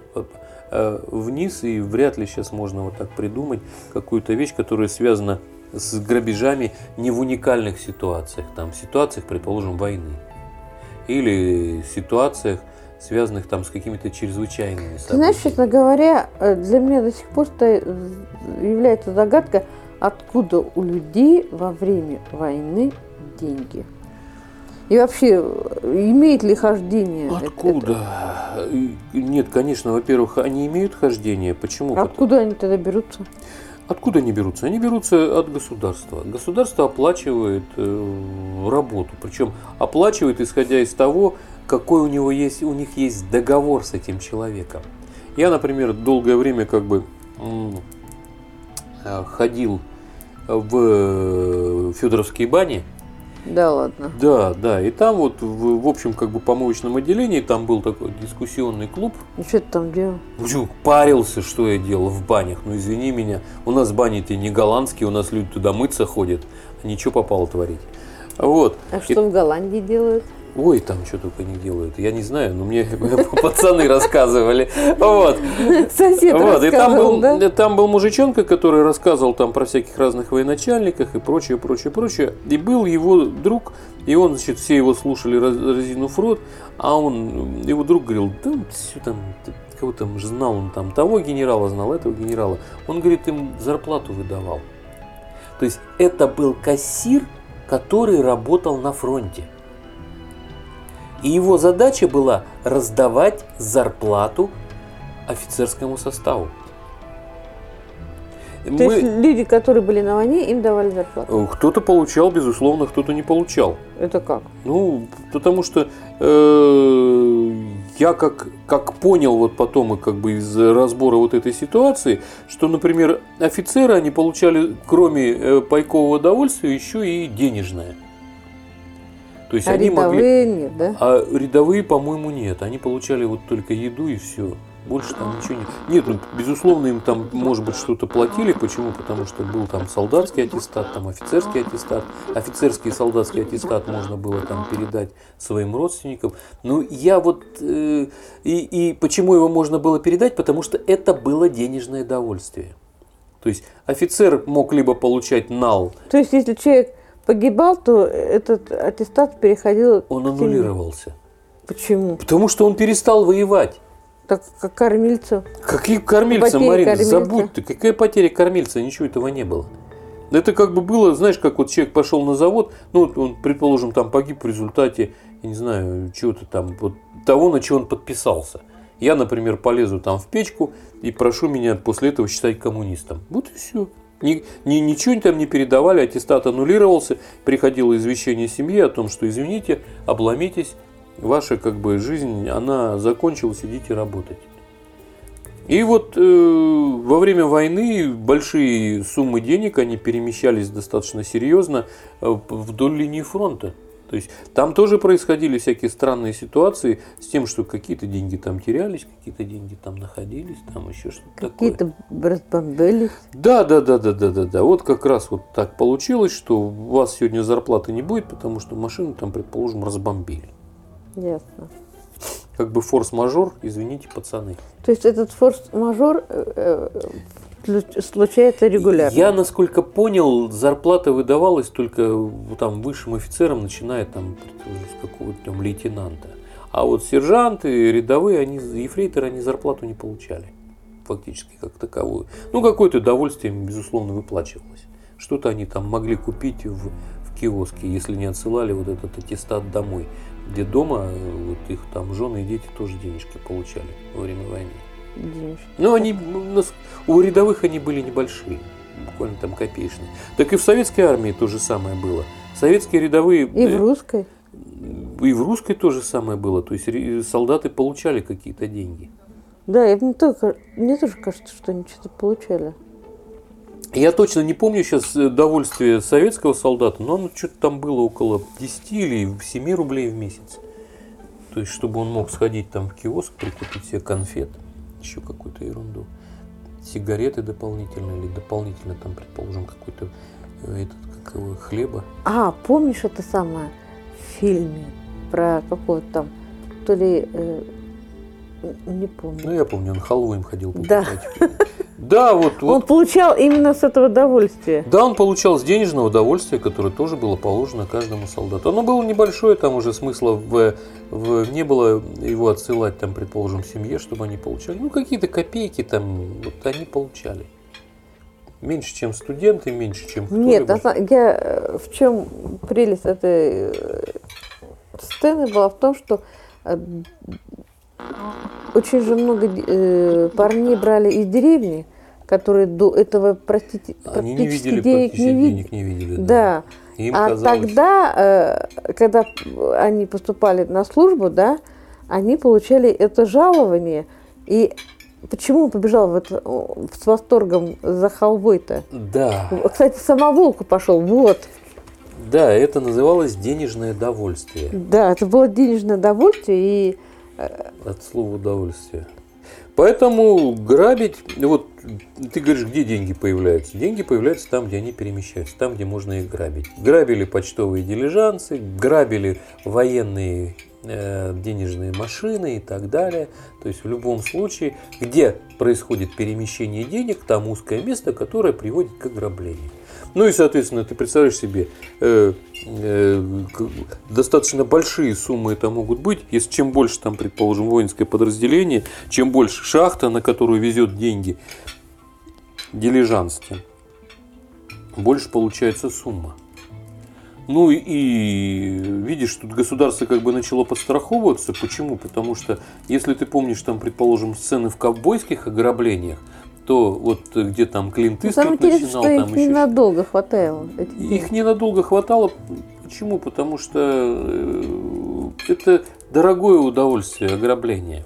вниз, и вряд ли сейчас можно вот так придумать какую-то вещь, которая связана с грабежами не в уникальных ситуациях, там, в ситуациях, предположим, войны. Или ситуациях, связанных там с какими-то чрезвычайными событиями. Ты знаешь, честно говоря, для меня до сих пор является загадка, откуда у людей во время войны деньги. И вообще, имеет ли хождение? Откуда? Нет, конечно, во-первых, они имеют хождение. Почему? Откуда они тогда берутся? Откуда они берутся? Они берутся от государства. Государство оплачивает работу. Причем оплачивает, исходя из того, какой у них есть договор с этим человеком. Я, например, долгое время как бы ходил в Федоровские бани Да ладно. Да, да, и там вот в общем как бы помывочном отделении там был такой дискуссионный клуб. Ну что ты там делал? Парился, что я делал в банях, ну извини меня, у нас бани-то не голландские, у нас люди туда мыться ходят, а ничего попало творить. Вот. А что в Голландии делают? Ой, там что только не делают. Я не знаю, но мне пацаны рассказывали. Вот. Сосед рассказывал, да? И там был мужичонка, который рассказывал там про всяких разных военачальниках и прочее, прочее, прочее. И был его друг, и он, значит, все его слушали, разинув рот, а он, его друг говорил, да, все там, кого там знал, он там того генерала знал, этого генерала. Он, говорит, им зарплату выдавал. То есть это был кассир, который работал на фронте. И его задача была раздавать зарплату офицерскому составу. То есть люди, которые были на войне, им давали зарплату? Кто-то получал, безусловно, кто-то не получал. Это как? Ну, потому что я как понял вот потом и как бы из разбора вот этой ситуации, что, например, офицеры, они получали, кроме пайкового удовольствия, еще и денежное. То есть они рядовые нет, да? А рядовые, по-моему, нет. Они получали вот только еду и все. Больше там ничего нет. Нет, ну, безусловно, им там, может быть, что-то платили. Почему? Потому что был там солдатский аттестат, там офицерский аттестат. Офицерский и солдатский аттестат можно было там передать своим родственникам. Ну, я вот... И почему его можно было передать? Потому что это было денежное довольствие. То есть офицер мог либо получать нал... То есть, если человек погибал, то этот аттестат переходил... Он аннулировался. Почему? Потому что он перестал воевать. Так как кормильцу. Какие кормильца, Марина? Забудь ты. Какая потеря кормильца? Ничего этого не было. Это как бы было, знаешь, как вот человек пошел на завод, ну, он, предположим, там погиб в результате, я не знаю, чего-то там, вот того, на что он подписался. Я, например, полезу там в печку и прошу меня после этого считать коммунистом. Вот и все. Ничего там не передавали, аттестат аннулировался, приходило извещение семьи о том, что извините, обломитесь, ваша как бы жизнь, она закончилась, идите работать. И вот во время войны большие суммы денег, они перемещались достаточно серьезно вдоль линии фронта. То есть там тоже происходили всякие странные ситуации с тем, что какие-то деньги там терялись, какие-то деньги там находились, там еще что-то такое. Какие-то разбомбились. Да. Вот как раз вот так получилось, что у вас сегодня зарплаты не будет, потому что машину там, предположим, разбомбили. Ясно. Как бы форс-мажор, извините, пацаны. То есть этот форс-мажор случается регулярно? Я, насколько понял, зарплата выдавалась только там высшим офицерам, начиная там с какого-то там лейтенанта. А вот сержанты, рядовые, ефрейторы, они зарплату не получали. Фактически как таковую. Ну, какое-то удовольствие им, безусловно, выплачивалось. Что-то они там могли купить в киоске, если не отсылали вот этот аттестат домой. Где дома вот их там жены и дети тоже денежки получали во время войны. Денежки. Но они у рядовых они были небольшие, буквально там копеечные. Так и в советской армии то же самое было. Советские рядовые... И в русской? И в русской то же самое было. То есть солдаты получали какие-то деньги. Да, мне тоже кажется, что они что-то получали. Я точно не помню сейчас довольствие советского солдата, но оно что-то там было около 10 или 7 рублей в месяц. То есть, чтобы он мог сходить там в киоск, прикупить себе конфет, еще какую-то ерунду, сигареты дополнительно или дополнительно там, предположим, какой-то хлеба. А, помнишь это самое в фильме про какого-то там, то ли, не помню. Ну, я помню, он халву им ходил покупать. Да. Да, вот. Он получал именно с этого удовольствия. Да, он получал с денежного удовольствия, которое тоже было положено каждому солдату. Оно было небольшое, там уже смысла не было его отсылать, там, предположим, семье, чтобы они получали. Ну, какие-то копейки там, вот они получали. Меньше, чем студенты, меньше, чем кто-либо. Нет, в чем прелесть этой сцены была в том, что очень же много парней брали из деревни, которые до этого, простите, они практически денег не видели. Да. Им казалось... тогда, когда они поступали на службу, да, они получали это жалование. И почему он побежал с восторгом за халвой-то? Да. Кстати, самоволку пошел, вот. Да, это называлось денежное довольствие. Да, это было денежное довольствие и От слова удовольствие. Поэтому грабить, вот ты говоришь, где деньги появляются? Деньги появляются там, где они перемещаются, там, где можно их грабить. Грабили почтовые дилижансы, грабили военные денежные машины и так далее. То есть в любом случае, где происходит перемещение денег, там узкое место, которое приводит к ограблению. Ну и, соответственно, ты представляешь себе, достаточно большие суммы это могут быть. Если чем больше там, предположим, воинское подразделение, чем больше шахта, на которую везет деньги дилижанс, тем больше получается сумма. Ну и видишь, тут государство как бы начало подстраховываться. Почему? Потому что, если ты помнишь, там, предположим, сцены в ковбойских ограблениях, то вот где там Клинт Иствуд начинал, что там их еще... ненадолго хватало. Их ненадолго хватало. Почему? Потому что это дорогое удовольствие, ограбление.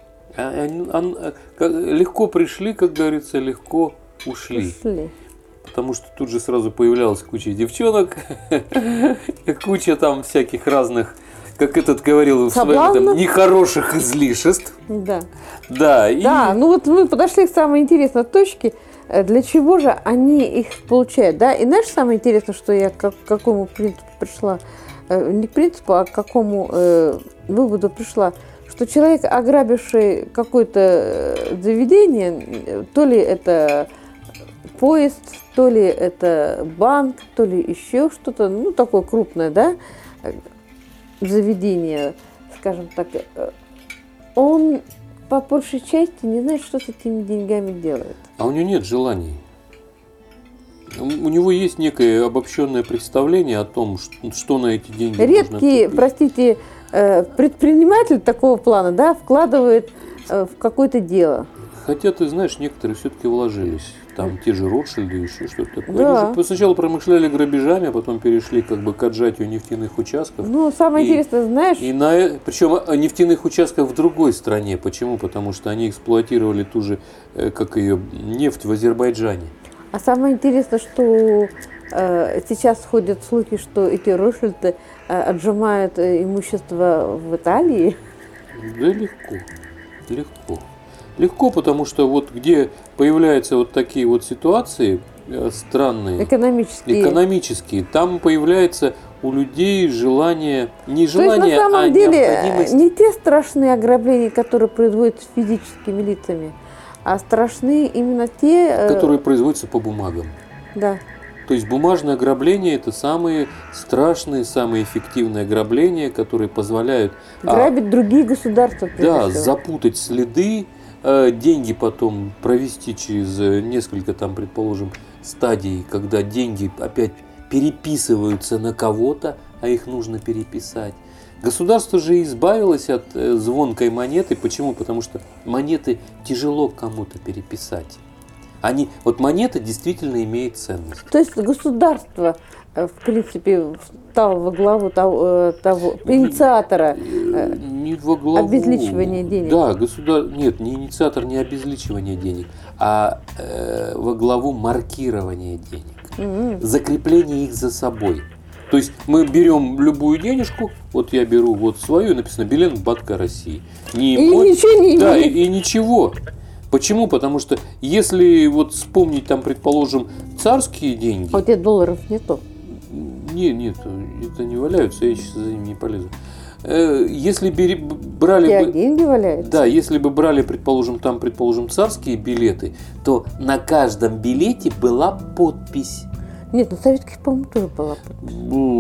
Легко пришли, как говорится, легко ушли. Потому что тут же сразу появлялась куча девчонок, куча там всяких разных, как этот говорил в своем этом, нехороших излишеств. Да. Да, да, ну вот мы подошли к самой интересной точке. Для чего же они их получают? Да? И знаешь, самое интересное, что я к какому принципу пришла, не к принципу, а к какому выводу пришла, что человек, ограбивший какое-то заведение, то ли это поезд, то ли это банк, то ли еще что-то, ну, такое крупное, да, заведение, скажем так, он по большей части не знает, что с этими деньгами делает. А у него нет желаний. У него есть некое обобщенное представление о том, что на эти деньги редкий, простите, предприниматель такого плана, да, вкладывает в какое-то дело. Хотя, ты знаешь, некоторые все-таки вложились. Там те же Ротшильды, еще что-то такое. Да. Они же сначала промышляли грабежами, а потом перешли как бы к отжатию нефтяных участков. Ну, самое интересное, знаешь... Причем нефтяных участков в другой стране. Почему? Потому что они эксплуатировали ту же, как ее, нефть в Азербайджане. А самое интересное, что сейчас ходят слухи, что эти Ротшильды отжимают имущество в Италии. Да легко, легко. Легко, потому что вот где появляются вот такие вот ситуации странные, экономические, там появляется у людей желание, не желание, то есть, на самом а деле, необходимость. Не те страшные ограбления, которые производятся физическими лицами, а страшные именно те, которые производятся по бумагам. Да. То есть бумажное ограбление – это самые страшные, самые эффективные ограбления, которые позволяют грабить другие государства. Да, запутать следы, деньги потом провести через несколько, там, предположим, стадий, когда деньги опять переписываются на кого-то, а их нужно переписать. Государство же избавилось от звонкой монеты. Почему? Потому что монеты тяжело кому-то переписать. Вот монета действительно имеет ценность. То есть государство, в принципе, стало во главу того инициатора не во главу, обезличивания денег. Да, нет, не инициатор, не обезличивания денег, а во главу маркирования денег, закрепления их за собой. То есть мы берем любую денежку, вот я беру вот свою, написано «Билет Банка России». Ничего не имеет. Да, и ничего. Почему? Потому что если вот вспомнить там, предположим, царские деньги... А у тебя долларов нету? Нет, это не валяются, я сейчас за ними не полезу. Если брали бы... деньги валяются? Да, если бы брали, предположим, царские билеты, то на каждом билете была подпись. Нет, на советских, по-моему, тоже была подпись.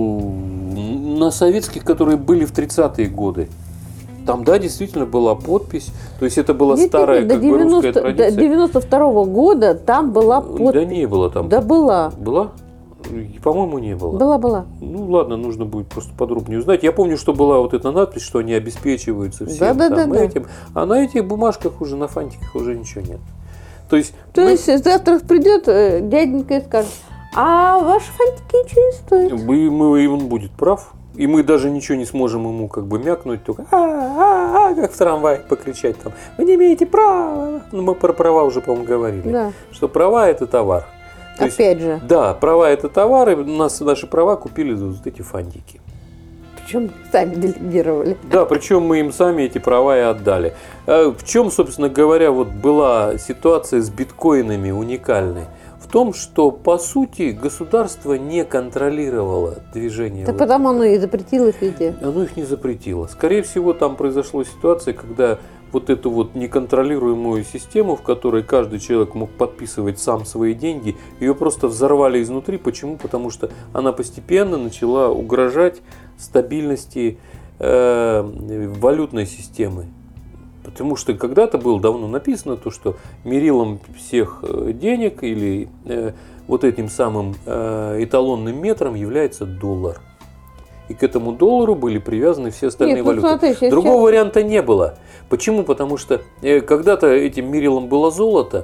На советских, которые были в 30-е годы. Там, да, действительно была подпись. То есть это была старая как бы русская традиция. До 92-го года там была подпись. Да не было там. Да была. Была? По-моему, не было. Была. Ну ладно, нужно будет просто подробнее узнать. Я помню, что была вот эта надпись, что они обеспечиваются всем этим. А на этих бумажках уже, на фантиках уже ничего нет. То есть завтра придет дяденька и скажет: а ваши фантики ничего не стоят. И он будет прав. И мы даже ничего не сможем ему как бы мякнуть, только как в трамвае покричать там: вы не имеете права. Ну, мы про права уже, по-моему, говорили. Да. Что права – это товар. То есть, Опять же. да, права это товары, наши права купили за вот эти фантики. Причем сами делегировали. Да, причем мы им сами эти права и отдали. В чем, собственно говоря, вот была ситуация с биткоинами уникальной? В том, что, по сути, государство не контролировало движение. Так потому оно и запретило их везде. Оно их не запретило. Скорее всего, там произошла ситуация, когда вот эту вот неконтролируемую систему, в которой каждый человек мог подписывать сам свои деньги, ее просто взорвали изнутри. Почему? Потому что она постепенно начала угрожать стабильности валютной системы. Потому что когда-то было давно написано то, что мерилом всех денег или вот этим самым эталонным метром является доллар. И к этому доллару были привязаны все остальные валюты. Смотри, Другого варианта не было. Почему? Потому что когда-то этим мерилом было золото,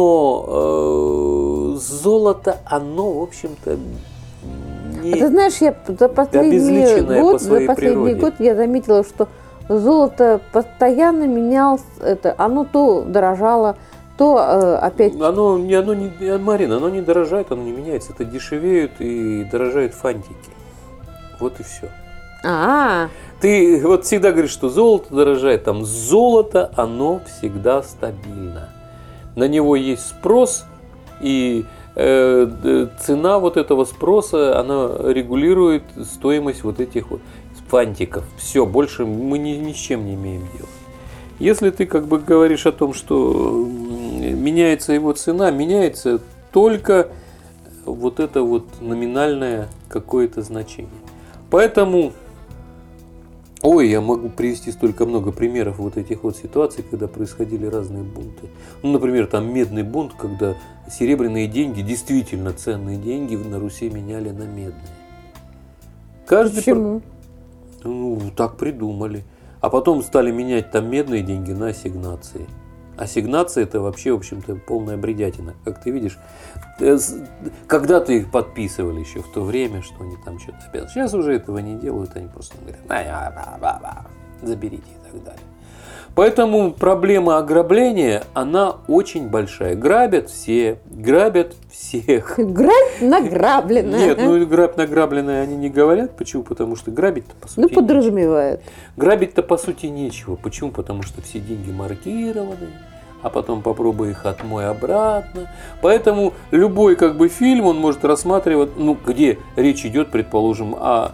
но золото, оно, в общем-то, не... А ты знаешь, я за последний год я заметила, что золото постоянно менялось, оно то дорожало, то опять... Марина, оно не дорожает, оно не меняется. Это дешевеют и дорожают фантики. Вот и все. Ты вот всегда говоришь, что золото дорожает. Там золото, оно всегда стабильно. На него есть спрос, и цена вот этого спроса, она регулирует стоимость вот этих вот фантиков. Все, больше мы ни с чем не имеем дела. Если ты как бы говоришь о том, что меняется его цена, меняется только вот это вот номинальное какое-то значение. Поэтому, я могу привести столько много примеров вот этих вот ситуаций, когда происходили разные бунты. Ну, например, там медный бунт, когда серебряные деньги, действительно ценные деньги на Руси меняли на медные. Почему? Так придумали. А потом стали менять там медные деньги на ассигнации. Ассигнации — это вообще, в общем-то, полная бредятина. Как ты видишь, когда-то их подписывали еще в то время, что они там что-то обязаны. Сейчас уже этого не делают, они просто говорят, заберите и так далее. Поэтому проблема ограбления, она очень большая. Грабят всех. Грабь награбленное. Нет, грабь награбленное они не говорят. Почему? Потому что грабить-то по сути... подразумевают. Грабить-то по сути нечего. Почему? Потому что все деньги маркированы, а потом попробуй их отмой обратно. Поэтому любой как бы фильм он может рассматривать, где речь идет, предположим, о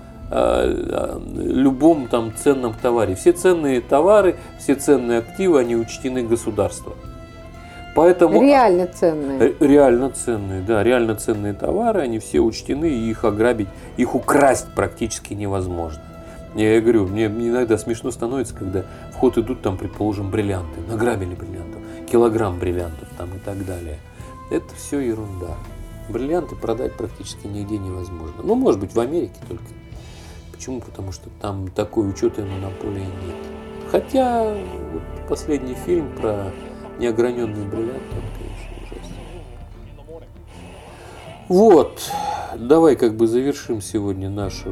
любом там ценном товаре. Все ценные товары, все ценные активы, они учтены государством. Поэтому реально ценные. Реально ценные, да, реально ценные товары, они все учтены, и их ограбить, их украсть практически невозможно. Я говорю, мне иногда смешно становится, когда в ход идут там, предположим, бриллианты, награбили бриллиантов, килограмм бриллиантов там и так далее. Это все ерунда. Бриллианты продать практически нигде невозможно. Может быть, в Америке только. Почему? Потому что там такой учета и монополии нет. Хотя вот последний фильм про неограненный бриллиант, он, конечно, ужасный. Вот, давай как бы завершим сегодня наш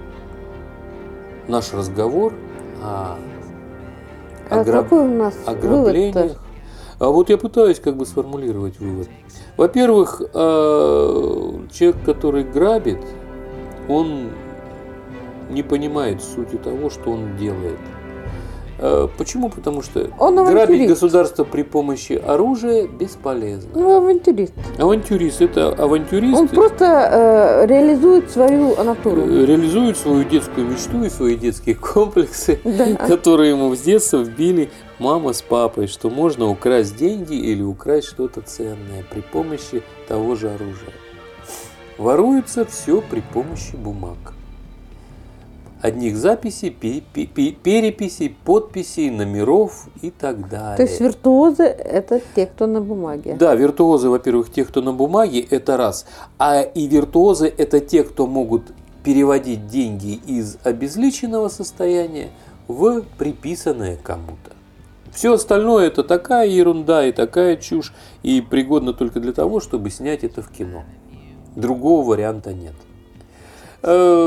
разговор о какой у нас ограблениях. вывод-то? А вот я пытаюсь как бы сформулировать вывод. Во-первых, человек, который грабит, он не понимает сути того, что он делает. Почему? Потому что грабить государство при помощи оружия бесполезно. Авантюрист. Авантюрист. Это авантюрист. Он просто реализует свою натуру. Реализует свою детскую мечту и свои детские комплексы, которые ему с детства вбили мама с папой, что можно украсть деньги или украсть что-то ценное при помощи того же оружия. Воруется все при помощи бумаг. Одних записей, переписей, подписей, номеров и так далее. То есть виртуозы – это те, кто на бумаге. Да, виртуозы, во-первых, те, кто на бумаге, это раз. И виртуозы – это те, кто могут переводить деньги из обезличенного состояния в приписанное кому-то. Все остальное – это такая ерунда и такая чушь, и пригодно только для того, чтобы снять это в кино. Другого варианта нет.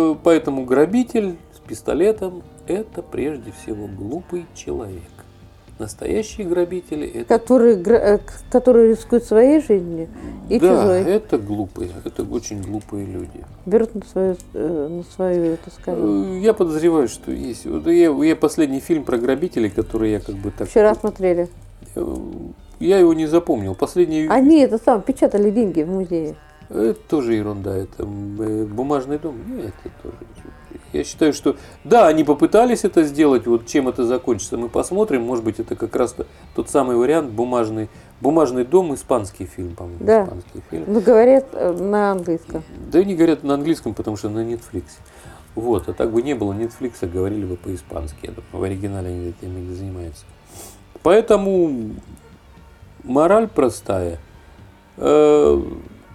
Поэтому грабитель с пистолетом – это прежде всего глупый человек. Настоящие грабители это... Которые рискуют своей жизнью и да, чужой. это глупые, это очень глупые люди. Берут на свою это скажем. Я подозреваю, что есть. Вот я последний фильм про грабителей, который я как бы так... Вчера смотрели. Я его не запомнил. Последний... Они это сам печатали деньги в музее. Это тоже ерунда. Это бумажный дом. Нет, это тоже... Я считаю, что да, они попытались это сделать, вот чем это закончится, мы посмотрим. Может быть, это как раз тот самый вариант бумажный дом, испанский фильм, по-моему. Да. Испанский фильм. Но говорят на английском. Да и не говорят на английском, потому что на Netflix. Вот, а так бы не было Netflix, говорили бы по-испански. Я думаю, в оригинале они этим не занимаются. Поэтому мораль простая. Это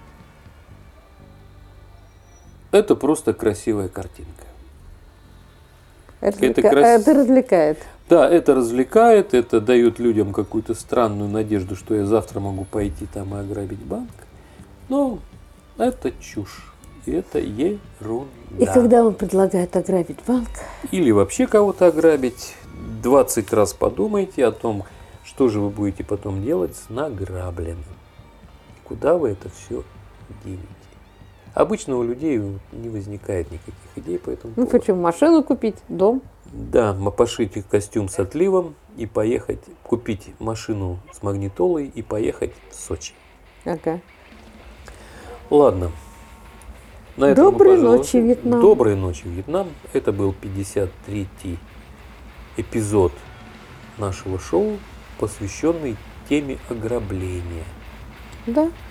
просто красивая картинка. Это развлекает. Да, это развлекает, это дает людям какую-то странную надежду, что я завтра могу пойти там и ограбить банк. Но это чушь. И это ерунда. И когда он предлагает ограбить банк... Или вообще кого-то ограбить, 20 раз подумайте о том, что же вы будете потом делать с награбленным. Куда вы это все денете. Обычно у людей не возникает никаких идей по этому поводу. Почему? Машину купить, дом? Да, пошить костюм с отливом и поехать, купить машину с магнитолой и поехать в Сочи. Ага. Ладно. На этом Доброй ночи, Вьетнам. Доброй ночи, Вьетнам. Это был 53-й эпизод нашего шоу, посвященный теме ограбления. Да.